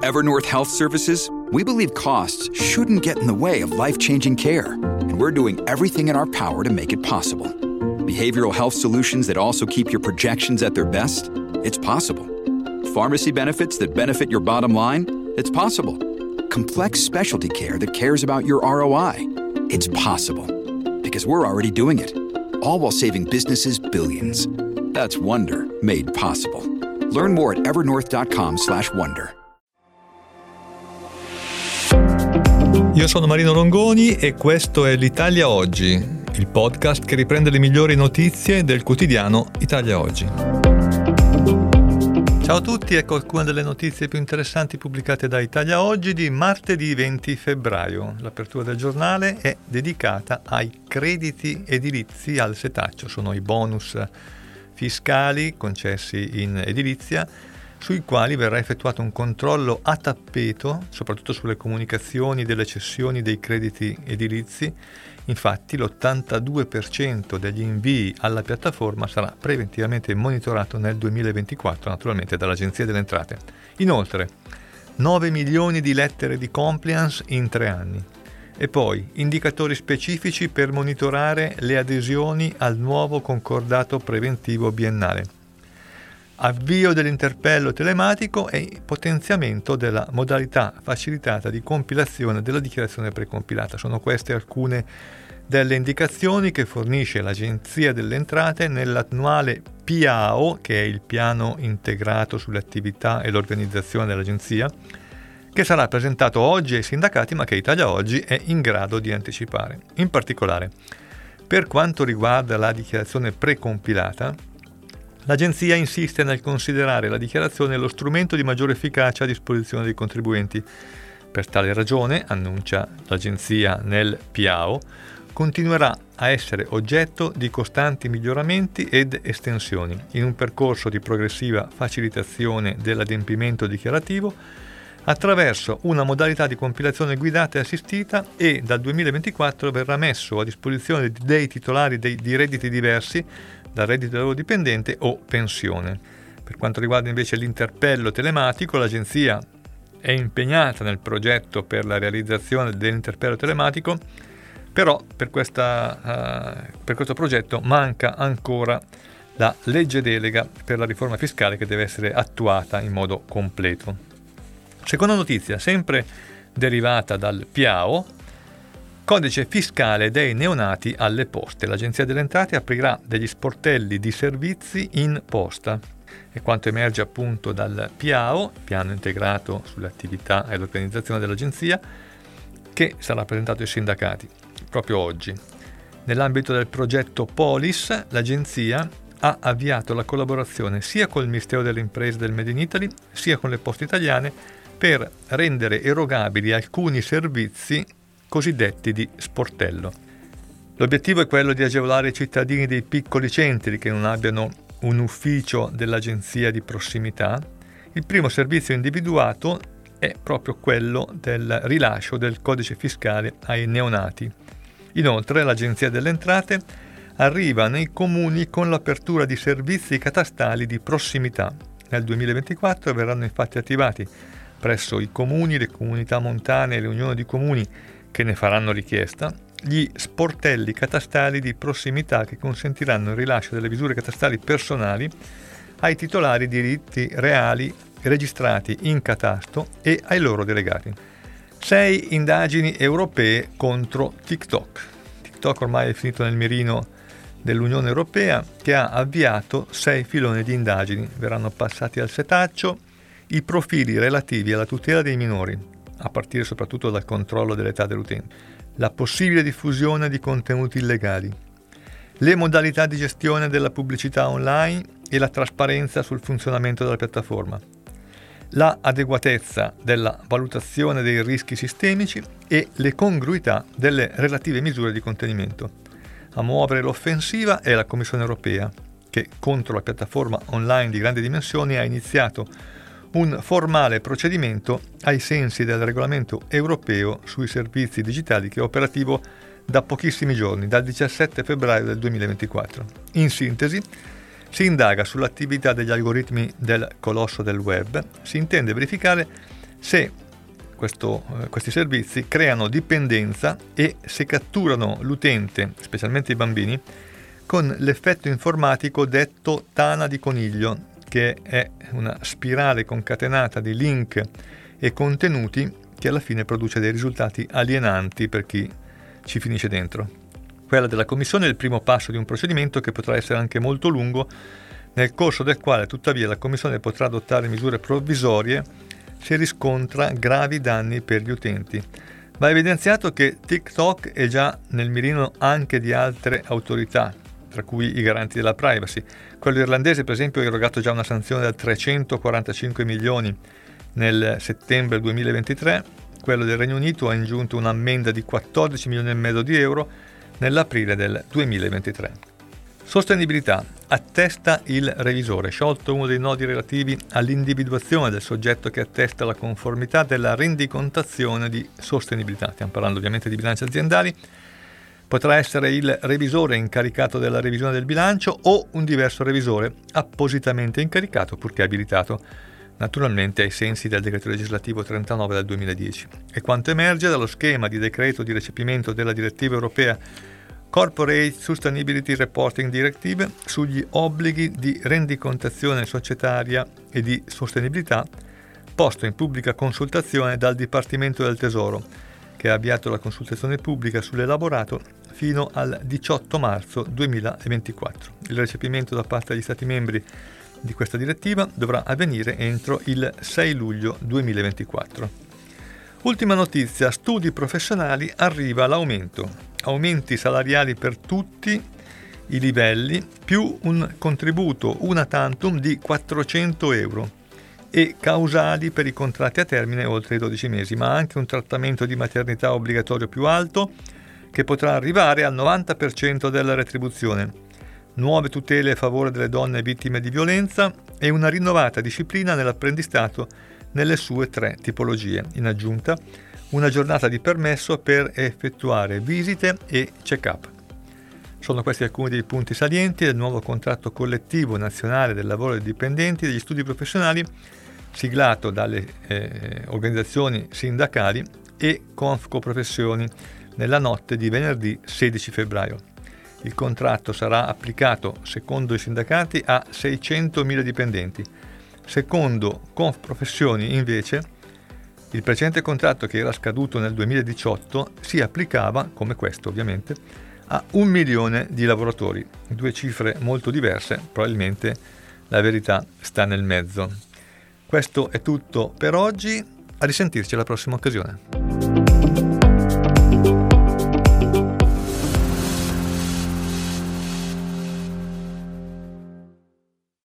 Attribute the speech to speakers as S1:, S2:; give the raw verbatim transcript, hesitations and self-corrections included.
S1: Evernorth Health Services, we believe costs shouldn't get in the way of life-changing care, and we're doing everything in our power to make it possible. Behavioral health solutions that also keep your projections at their best? It's possible. Pharmacy benefits that benefit your bottom line? It's possible. Complex specialty care that cares about your R O I? It's possible. Because we're already doing it. All while saving businesses billions. That's Wonder made possible. Learn more at evernorth.com slash wonder.
S2: Io sono Marino Longoni e questo è l'Italia Oggi, il podcast che riprende le migliori notizie del quotidiano Italia Oggi. Ciao a tutti, ecco alcune delle notizie più interessanti pubblicate da Italia Oggi di martedì venti febbraio. L'apertura del giornale è dedicata ai crediti edilizi al setaccio, sono i bonus fiscali concessi in edilizia, sui quali verrà effettuato un controllo a tappeto, soprattutto sulle comunicazioni delle cessioni dei crediti edilizi. Infatti l'ottantadue per cento degli invii alla piattaforma sarà preventivamente monitorato nel duemilaventiquattro, naturalmente dall'Agenzia delle Entrate. Inoltre, nove milioni di lettere di compliance in tre anni. E poi indicatori specifici per monitorare le adesioni al nuovo concordato preventivo biennale. Avvio dell'interpello telematico e potenziamento della modalità facilitata di compilazione della dichiarazione precompilata. Sono queste alcune delle indicazioni che fornisce l'Agenzia delle Entrate nell'annuale P A O, che è il piano integrato sulle attività e l'organizzazione dell'Agenzia, che sarà presentato oggi ai sindacati ma che Italia Oggi è in grado di anticipare. In particolare, per quanto riguarda la dichiarazione precompilata, l'Agenzia insiste nel considerare la dichiarazione lo strumento di maggiore efficacia a disposizione dei contribuenti. Per tale ragione, annuncia l'Agenzia nel P A O, continuerà a essere oggetto di costanti miglioramenti ed estensioni, in un percorso di progressiva facilitazione dell'adempimento dichiarativo attraverso una modalità di compilazione guidata e assistita, e dal duemilaventiquattro verrà messo a disposizione dei titolari dei, di redditi diversi da reddito da lavoro dipendente o pensione. Per quanto riguarda invece l'interpello telematico, l'Agenzia è impegnata nel progetto per la realizzazione dell'interpello telematico, però per, questa, uh, per questo progetto manca ancora la legge delega per la riforma fiscale che deve essere attuata in modo completo. Seconda notizia, sempre derivata dal P A O, codice fiscale dei neonati alle poste. L'Agenzia delle Entrate aprirà degli sportelli di servizi in posta. E quanto emerge appunto dal P A O, piano integrato sulle attività e l'organizzazione dell'Agenzia, che sarà presentato ai sindacati proprio oggi. Nell'ambito del progetto Polis, l'Agenzia ha avviato la collaborazione sia col Ministero delle Imprese del Made in Italy, sia con le Poste Italiane per rendere erogabili alcuni servizi cosiddetti di sportello. L'obiettivo è quello di agevolare i cittadini dei piccoli centri che non abbiano un ufficio dell'agenzia di prossimità. Il primo servizio individuato è proprio quello del rilascio del codice fiscale ai neonati. Inoltre l'Agenzia delle Entrate arriva nei comuni con l'apertura di servizi catastali di prossimità. Nel duemilaventiquattro verranno infatti attivati presso i comuni, le comunità montane e le unioni di comuni che ne faranno richiesta, gli sportelli catastali di prossimità che consentiranno il rilascio delle misure catastali personali ai titolari di diritti reali registrati in catasto e ai loro delegati. Sei indagini europee contro TikTok. TikTok ormai è finito nel mirino dell'Unione Europea, che ha avviato sei filoni di indagini. Verranno passati al setaccio i profili relativi alla tutela dei minori, a partire soprattutto dal controllo dell'età dell'utente, la possibile diffusione di contenuti illegali, le modalità di gestione della pubblicità online e la trasparenza sul funzionamento della piattaforma, la adeguatezza della valutazione dei rischi sistemici e le congruità delle relative misure di contenimento. A muovere l'offensiva è la Commissione Europea, che contro la piattaforma online di grandi dimensioni ha iniziato un formale procedimento ai sensi del regolamento europeo sui servizi digitali, che è operativo da pochissimi giorni, dal diciassette febbraio del duemilaventiquattro. In sintesi, si indaga sull'attività degli algoritmi del colosso del web, si intende verificare se questo, eh, questi servizi creano dipendenza e se catturano l'utente, specialmente i bambini, con l'effetto informatico detto tana di coniglio, che è una spirale concatenata di link e contenuti che alla fine produce dei risultati alienanti per chi ci finisce dentro. Quella della Commissione è il primo passo di un procedimento che potrà essere anche molto lungo, nel corso del quale tuttavia la Commissione potrà adottare misure provvisorie se riscontra gravi danni per gli utenti. Va evidenziato che TikTok è già nel mirino anche di altre autorità, tra cui i garanti della privacy. Quello irlandese, per esempio, ha erogato già una sanzione da trecentoquarantacinque milioni nel settembre duemilaventitré, quello del Regno Unito ha ingiunto un'ammenda di quattordici milioni e mezzo di euro nell'aprile del duemilaventitré. Sostenibilità. Attesta il revisore, sciolto uno dei nodi relativi all'individuazione del soggetto che attesta la conformità della rendicontazione di sostenibilità. Stiamo parlando ovviamente di bilanci aziendali. Potrà essere il revisore incaricato della revisione del bilancio o un diverso revisore appositamente incaricato, purché abilitato, naturalmente ai sensi del decreto legislativo trentanove del duemiladieci. E quanto emerge dallo schema di decreto di recepimento della direttiva europea Corporate Sustainability Reporting Directive sugli obblighi di rendicontazione societaria e di sostenibilità, posto in pubblica consultazione dal Dipartimento del Tesoro, che ha avviato la consultazione pubblica sull'elaborato fino al diciotto marzo duemilaventiquattro. Il recepimento da parte degli Stati membri di questa direttiva dovrà avvenire entro il sei luglio duemilaventiquattro. Ultima notizia, studi professionali, arriva l'aumento. Aumenti salariali per tutti i livelli, più un contributo una tantum di quattrocento euro e causali per i contratti a termine oltre i dodici mesi, ma anche un trattamento di maternità obbligatorio più alto che potrà arrivare al novanta per cento della retribuzione, nuove tutele a favore delle donne vittime di violenza e una rinnovata disciplina nell'apprendistato nelle sue tre tipologie. In aggiunta, una giornata di permesso per effettuare visite e check-up. Sono questi alcuni dei punti salienti del nuovo contratto collettivo nazionale del lavoro dei dipendenti degli studi professionali, siglato dalle eh, organizzazioni sindacali e Confcoprofessioni nella notte di venerdì sedici febbraio. Il contratto sarà applicato, secondo i sindacati, a seicentomila dipendenti. Secondo Confprofessioni, invece, il precedente contratto, che era scaduto nel duemiladiciotto, si applicava, come questo ovviamente, a un milione di lavoratori. Due cifre molto diverse, probabilmente la verità sta nel mezzo. Questo è tutto per oggi, a risentirci alla prossima occasione.